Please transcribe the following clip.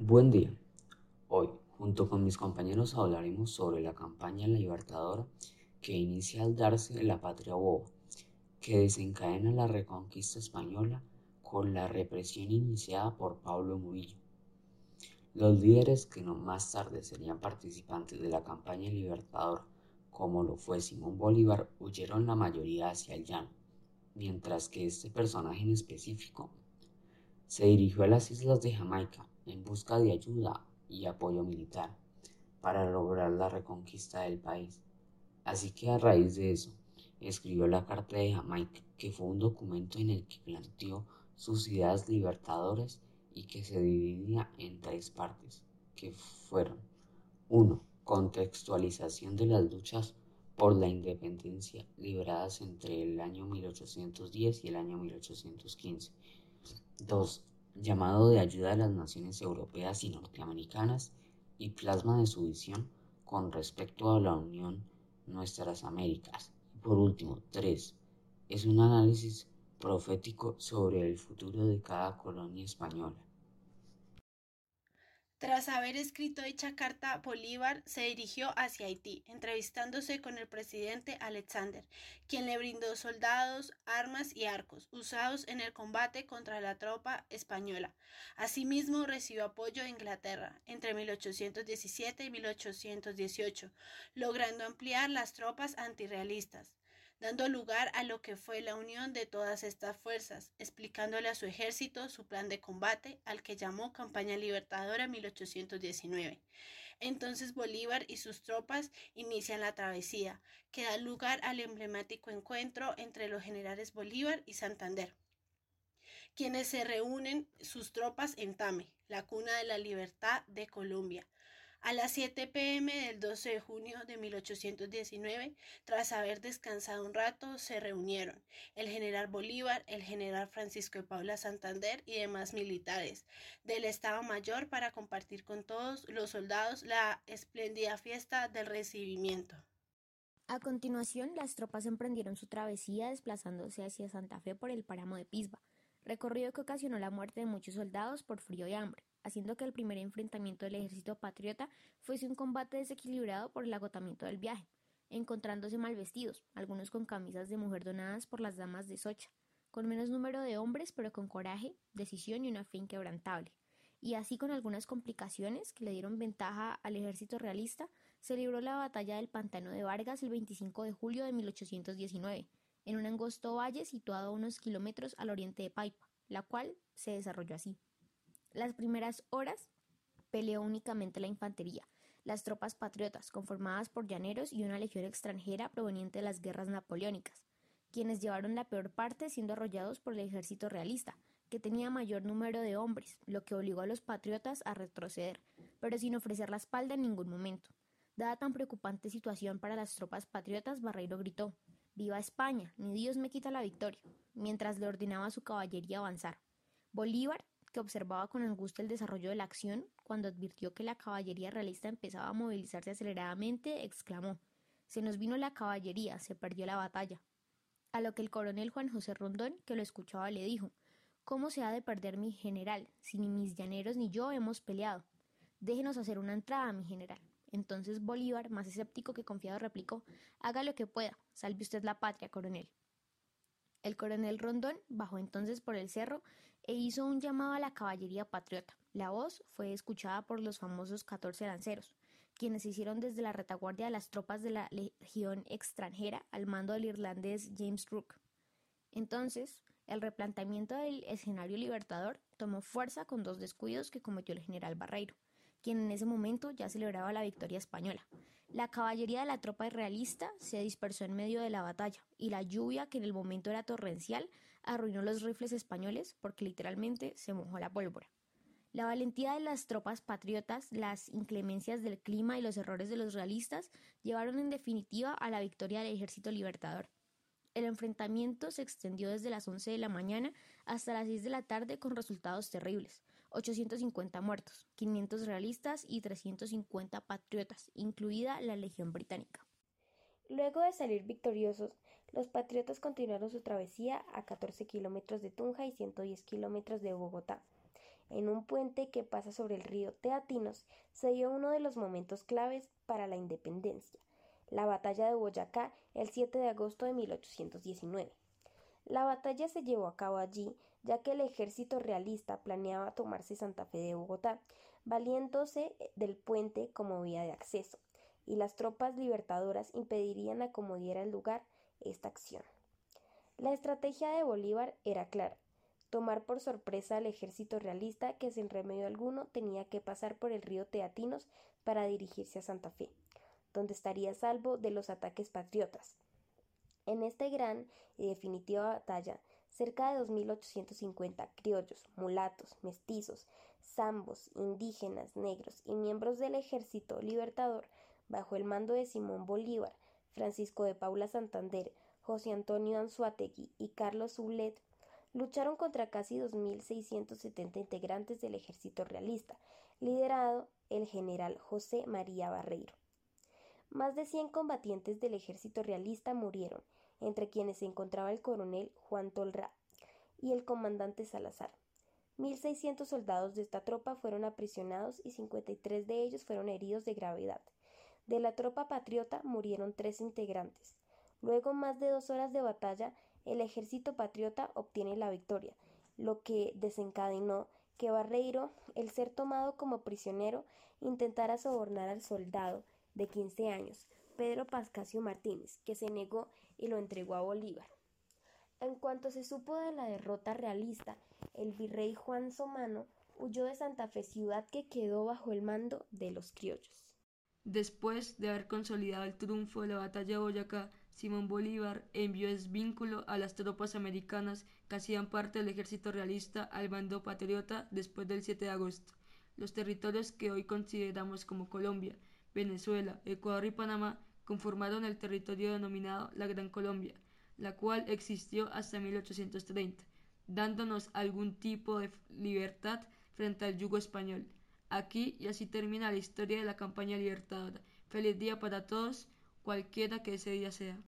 Buen día. Hoy, junto con mis compañeros, hablaremos sobre la campaña libertadora que inicia al darse la Patria Boba, que desencadena la reconquista española con la represión iniciada por Pablo Murillo. Los líderes que más tarde serían participantes de la campaña libertadora, como lo fue Simón Bolívar, huyeron la mayoría hacia el llano, mientras que este personaje en específico se dirigió a las islas de Jamaica en busca de ayuda y apoyo militar para lograr la reconquista del país. Así que a raíz de eso, escribió la Carta de Jamaica, que fue un documento en el que planteó sus ideas libertadoras y que se dividía en tres partes, que fueron: 1. Contextualización de las luchas por la independencia libradas entre el año 1810 y el año 1815. 2. Llamado de ayuda a las naciones europeas y norteamericanas, y plasma de su visión con respecto a la Unión Nuestras Américas. Y por último, 3. Es un análisis profético sobre el futuro de cada colonia española. Tras haber escrito dicha carta, Bolívar se dirigió hacia Haití, entrevistándose con el presidente Alexander, quien le brindó soldados, armas y arcos, usados en el combate contra la tropa española. Asimismo, recibió apoyo de Inglaterra entre 1817 y 1818, logrando ampliar las tropas antirrealistas, dando lugar a lo que fue la unión de todas estas fuerzas, explicándole a su ejército su plan de combate, al que llamó Campaña Libertadora 1819. Entonces Bolívar y sus tropas inician la travesía, que da lugar al emblemático encuentro entre los generales Bolívar y Santander, quienes se reúnen sus tropas en Tame, la cuna de la libertad de Colombia. A las 7 p.m. del 12 de junio de 1819, tras haber descansado un rato, se reunieron el general Bolívar, el general Francisco de Paula Santander y demás militares del Estado Mayor para compartir con todos los soldados la espléndida fiesta del recibimiento. A continuación, las tropas emprendieron su travesía desplazándose hacia Santa Fe por el páramo de Pisba, recorrido que ocasionó la muerte de muchos soldados por frío y hambre, haciendo que el primer enfrentamiento del ejército patriota fuese un combate desequilibrado por el agotamiento del viaje, encontrándose mal vestidos, algunos con camisas de mujer donadas por las damas de Socha, con menos número de hombres pero con coraje, decisión y una fe inquebrantable, y así con algunas complicaciones que le dieron ventaja al ejército realista. Se libró la batalla del Pantano de Vargas el 25 de julio de 1819, en un angosto valle situado a unos kilómetros al oriente de Paipa, la cual se desarrolló así. Las primeras horas peleó únicamente la infantería, las tropas patriotas, conformadas por llaneros y una legión extranjera proveniente de las guerras napoleónicas, quienes llevaron la peor parte siendo arrollados por el ejército realista, que tenía mayor número de hombres, lo que obligó a los patriotas a retroceder, pero sin ofrecer la espalda en ningún momento. Dada tan preocupante situación para las tropas patriotas, Barreiro gritó: «¡Viva España! Ni Dios me quita la victoria», mientras le ordenaba a su caballería avanzar. Bolívar, que observaba con angustia el desarrollo de la acción, cuando advirtió que la caballería realista empezaba a movilizarse aceleradamente, exclamó: «Se nos vino la caballería, se perdió la batalla». A lo que el coronel Juan José Rondón, que lo escuchaba, le dijo: «¿Cómo se ha de perder mi general, si ni mis llaneros ni yo hemos peleado? Déjenos hacer una entrada, mi general». Entonces Bolívar, más escéptico que confiado, replicó: «Haga lo que pueda, salve usted la patria, coronel». El coronel Rondón bajó entonces por el cerro e hizo un llamado a la caballería patriota. La voz fue escuchada por los famosos 14 lanceros, quienes se hicieron desde la retaguardia de las tropas de la legión extranjera al mando del irlandés James Rooke. Entonces, el replanteamiento del escenario libertador tomó fuerza con dos descuidos que cometió el general Barreiro, quien en ese momento ya celebraba la victoria española. La caballería de la tropa realista se dispersó en medio de la batalla, y la lluvia, que en el momento era torrencial, arruinó los rifles españoles porque literalmente se mojó la pólvora. La valentía de las tropas patriotas, las inclemencias del clima y los errores de los realistas llevaron en definitiva a la victoria del ejército libertador. El enfrentamiento se extendió desde las 11 de la mañana hasta las 6 de la tarde con resultados terribles: 850 muertos, 500 realistas y 350 patriotas, incluida la Legión Británica. Luego de salir victoriosos, los patriotas continuaron su travesía a 14 kilómetros de Tunja y 110 kilómetros de Bogotá. en un puente que pasa sobre el río Teatinos, se dio uno de los momentos claves para la independencia, la batalla de Boyacá el 7 de agosto de 1819. La batalla se llevó a cabo allí, ya que el ejército realista planeaba tomarse Santa Fe de Bogotá, valiéndose del puente como vía de acceso, y las tropas libertadoras impedirían a como diera el lugar esta acción. La estrategia de Bolívar era clara: tomar por sorpresa al ejército realista, que sin remedio alguno tenía que pasar por el río Teatinos para dirigirse a Santa Fe, donde estaría a salvo de los ataques patriotas. En esta gran y definitiva batalla, cerca de 2.850 criollos, mulatos, mestizos, zambos, indígenas, negros y miembros del ejército libertador, bajo el mando de Simón Bolívar, Francisco de Paula Santander, José Antonio Anzoátegui y Carlos Ulet, lucharon contra casi 2.670 integrantes del ejército realista, liderado el general José María Barreiro. Más de 100 combatientes del ejército realista murieron, entre quienes se encontraba el coronel Juan Tolrá y el comandante Salazar. 1.600 soldados de esta tropa fueron aprisionados y 53 de ellos fueron heridos de gravedad. De la tropa patriota murieron 3 integrantes. Luego, más de 2 horas de batalla, el ejército patriota obtiene la victoria, lo que desencadenó que Barreiro, el ser tomado como prisionero, intentara sobornar al soldado de 15 años, Pedro Pascasio Martínez, que se negó y lo entregó a Bolívar. En cuanto se supo de la derrota realista, el virrey Juan Somano huyó de Santa Fe, ciudad que quedó bajo el mando de los criollos. Después de haber consolidado el triunfo de la batalla de Boyacá, Simón Bolívar envió desvínculo a las tropas americanas que hacían parte del ejército realista al bando patriota después del 7 de agosto. Los territorios que hoy consideramos como Colombia, Venezuela, Ecuador y Panamá conformaron el territorio denominado la Gran Colombia, la cual existió hasta 1830, dándonos algún tipo de libertad frente al yugo español. Aquí y así termina la historia de la campaña libertadora. Feliz día para todos, cualquiera que ese día sea.